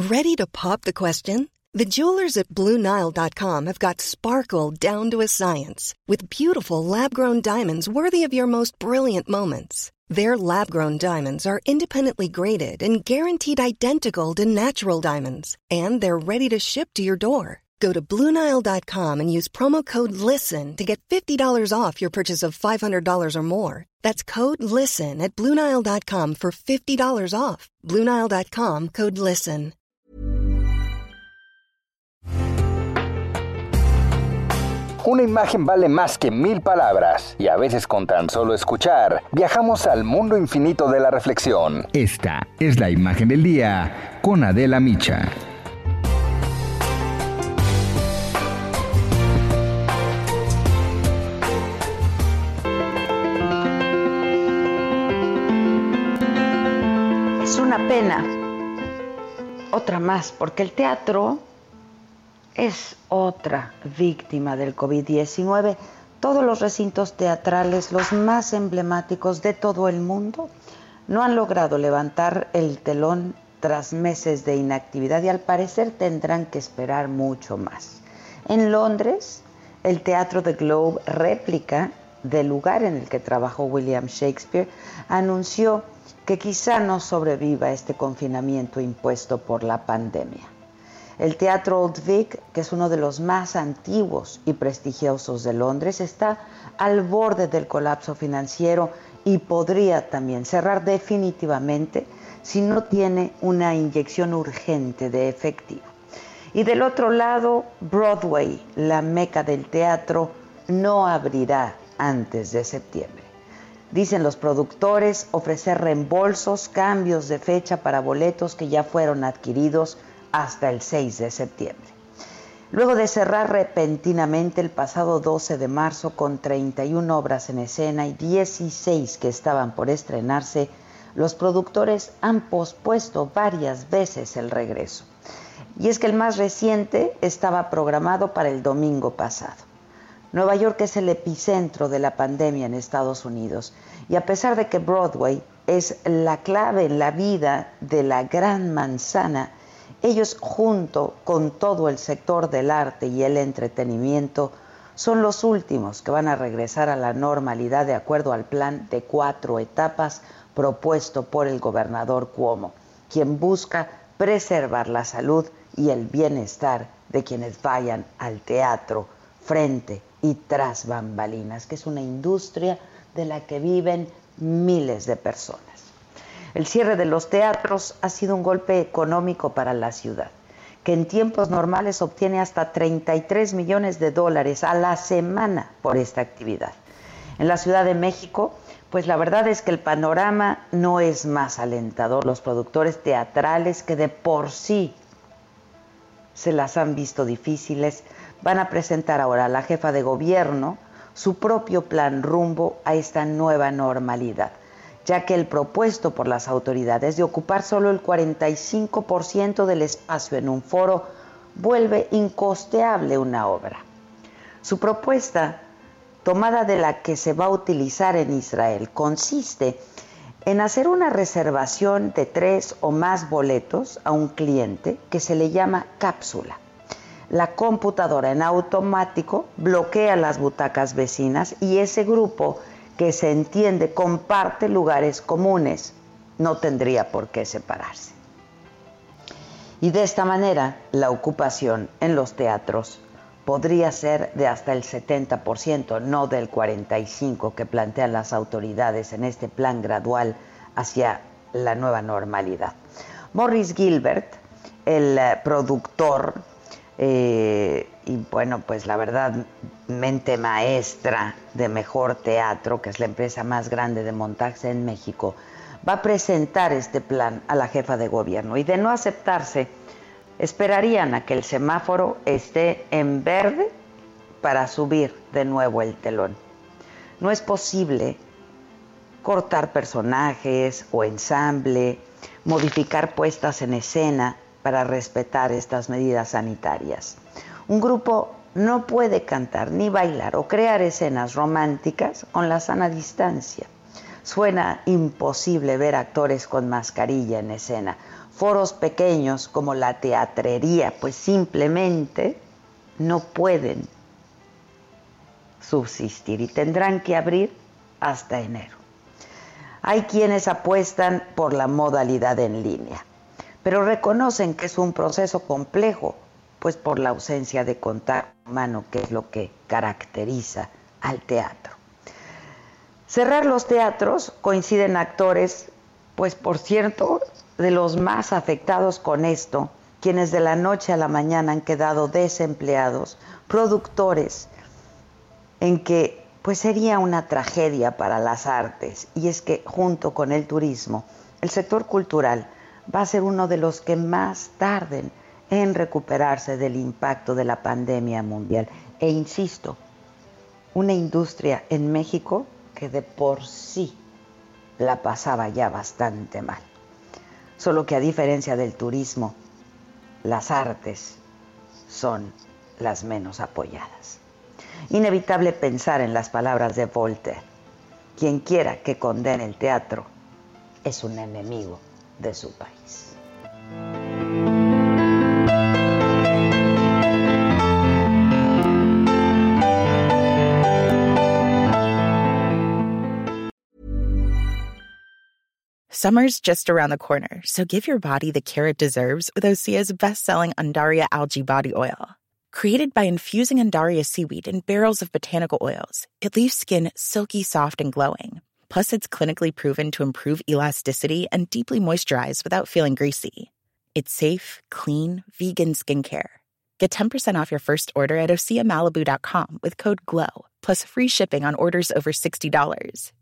Ready to pop the question? The jewelers at BlueNile.com have got sparkle down to a science with beautiful lab-grown diamonds worthy of your most brilliant moments. Their lab-grown diamonds are independently graded and guaranteed identical to natural diamonds, and they're ready to ship to your door. Go to BlueNile.com and use promo code LISTEN to get $50 off your purchase of $500 or more. That's code LISTEN at BlueNile.com for $50 off. BlueNile.com, code LISTEN. Una imagen vale más que 1000 palabras, y a veces con tan solo escuchar, viajamos al mundo infinito de la reflexión. Esta es la imagen del día con Adela Micha. Es una pena, otra más, porque el teatro es otra víctima del COVID-19. Todos los recintos teatrales, los más emblemáticos de todo el mundo, no han logrado levantar el telón tras meses de inactividad y al parecer tendrán que esperar mucho más. En Londres, el Teatro The Globe, réplica del lugar en el que trabajó William Shakespeare, anunció que quizá no sobreviva este confinamiento impuesto por la pandemia. El Teatro Old Vic, que es uno de los más antiguos y prestigiosos de Londres, está al borde del colapso financiero y podría también cerrar definitivamente si no tiene una inyección urgente de efectivo. Y del otro lado, Broadway, la meca del teatro, no abrirá antes de septiembre. Dicen los productores ofrecer reembolsos, cambios de fecha para boletos que ya fueron adquiridos hasta el 6 de septiembre. Luego de cerrar repentinamente el pasado 12 de marzo con 31 obras en escena y 16 que estaban por estrenarse, los productores han pospuesto varias veces el regreso. Y es que el más reciente estaba programado para el domingo pasado. Nueva York es el epicentro de la pandemia en Estados Unidos y a pesar de que Broadway es la clave en la vida de la Gran Manzana, ellos, junto con todo el sector del arte y el entretenimiento, son los últimos que van a regresar a la normalidad de acuerdo al plan de 4 etapas propuesto por el gobernador Cuomo, quien busca preservar la salud y el bienestar de quienes vayan al teatro frente y tras bambalinas, que es una industria de la que viven miles de personas. El cierre de los teatros ha sido un golpe económico para la ciudad, que en tiempos normales obtiene hasta $33 millones a la semana por esta actividad. En la Ciudad de México, pues la verdad es que el panorama no es más alentador. Los productores teatrales, que de por sí se las han visto difíciles, van a presentar ahora a la jefa de gobierno su propio plan rumbo a esta nueva normalidad, ya que el propuesto por las autoridades de ocupar solo el 45% del espacio en un foro vuelve incosteable una obra. Su propuesta, tomada de la que se va a utilizar en Israel, consiste en hacer una reservación de 3 o más boletos a un cliente que se le llama cápsula. La computadora en automático bloquea las butacas vecinas y ese grupo que se entiende comparte lugares comunes, no tendría por qué separarse. Y de esta manera, la ocupación en los teatros podría ser de hasta el 70%, no del 45% que plantean las autoridades en este plan gradual hacia la nueva normalidad. Morris Gilbert, el productor, y bueno, pues la verdad, mente maestra de Mejor Teatro, que es la empresa más grande de montaje en México, va a presentar este plan a la jefa de gobierno y de no aceptarse, esperarían a que el semáforo esté en verde para subir de nuevo el telón. No es posible cortar personajes o ensamble, modificar puestas en escena para respetar estas medidas sanitarias. Un grupo no puede cantar ni bailar o crear escenas románticas con la sana distancia. Suena imposible ver actores con mascarilla en escena, foros pequeños como la teatrería, pues simplemente no pueden subsistir y tendrán que abrir hasta enero. Hay quienes apuestan por la modalidad en línea, pero reconocen que es un proceso complejo, pues por la ausencia de contacto humano, que es lo que caracteriza al teatro. Cerrar los teatros, coinciden actores, pues por cierto, de los más afectados con esto, quienes de la noche a la mañana han quedado desempleados, productores, en que pues sería una tragedia para las artes, y es que junto con el turismo, el sector cultural va a ser uno de los que más tarden en recuperarse del impacto de la pandemia mundial. E insisto, una industria en México que de por sí la pasaba ya bastante mal. Solo que a diferencia del turismo, las artes son las menos apoyadas. Inevitable pensar en las palabras de Voltaire: quien quiera que condene el teatro es un enemigo de su país. Summer's just around the corner, so give your body the care it deserves with Osea's best-selling Undaria Algae Body Oil. Created by infusing Undaria seaweed in barrels of botanical oils, it leaves skin silky, soft, and glowing. Plus, it's clinically proven to improve elasticity and deeply moisturize without feeling greasy. It's safe, clean, vegan skincare. Get 10% off your first order at OseaMalibu.com with code GLOW, plus free shipping on orders over $60.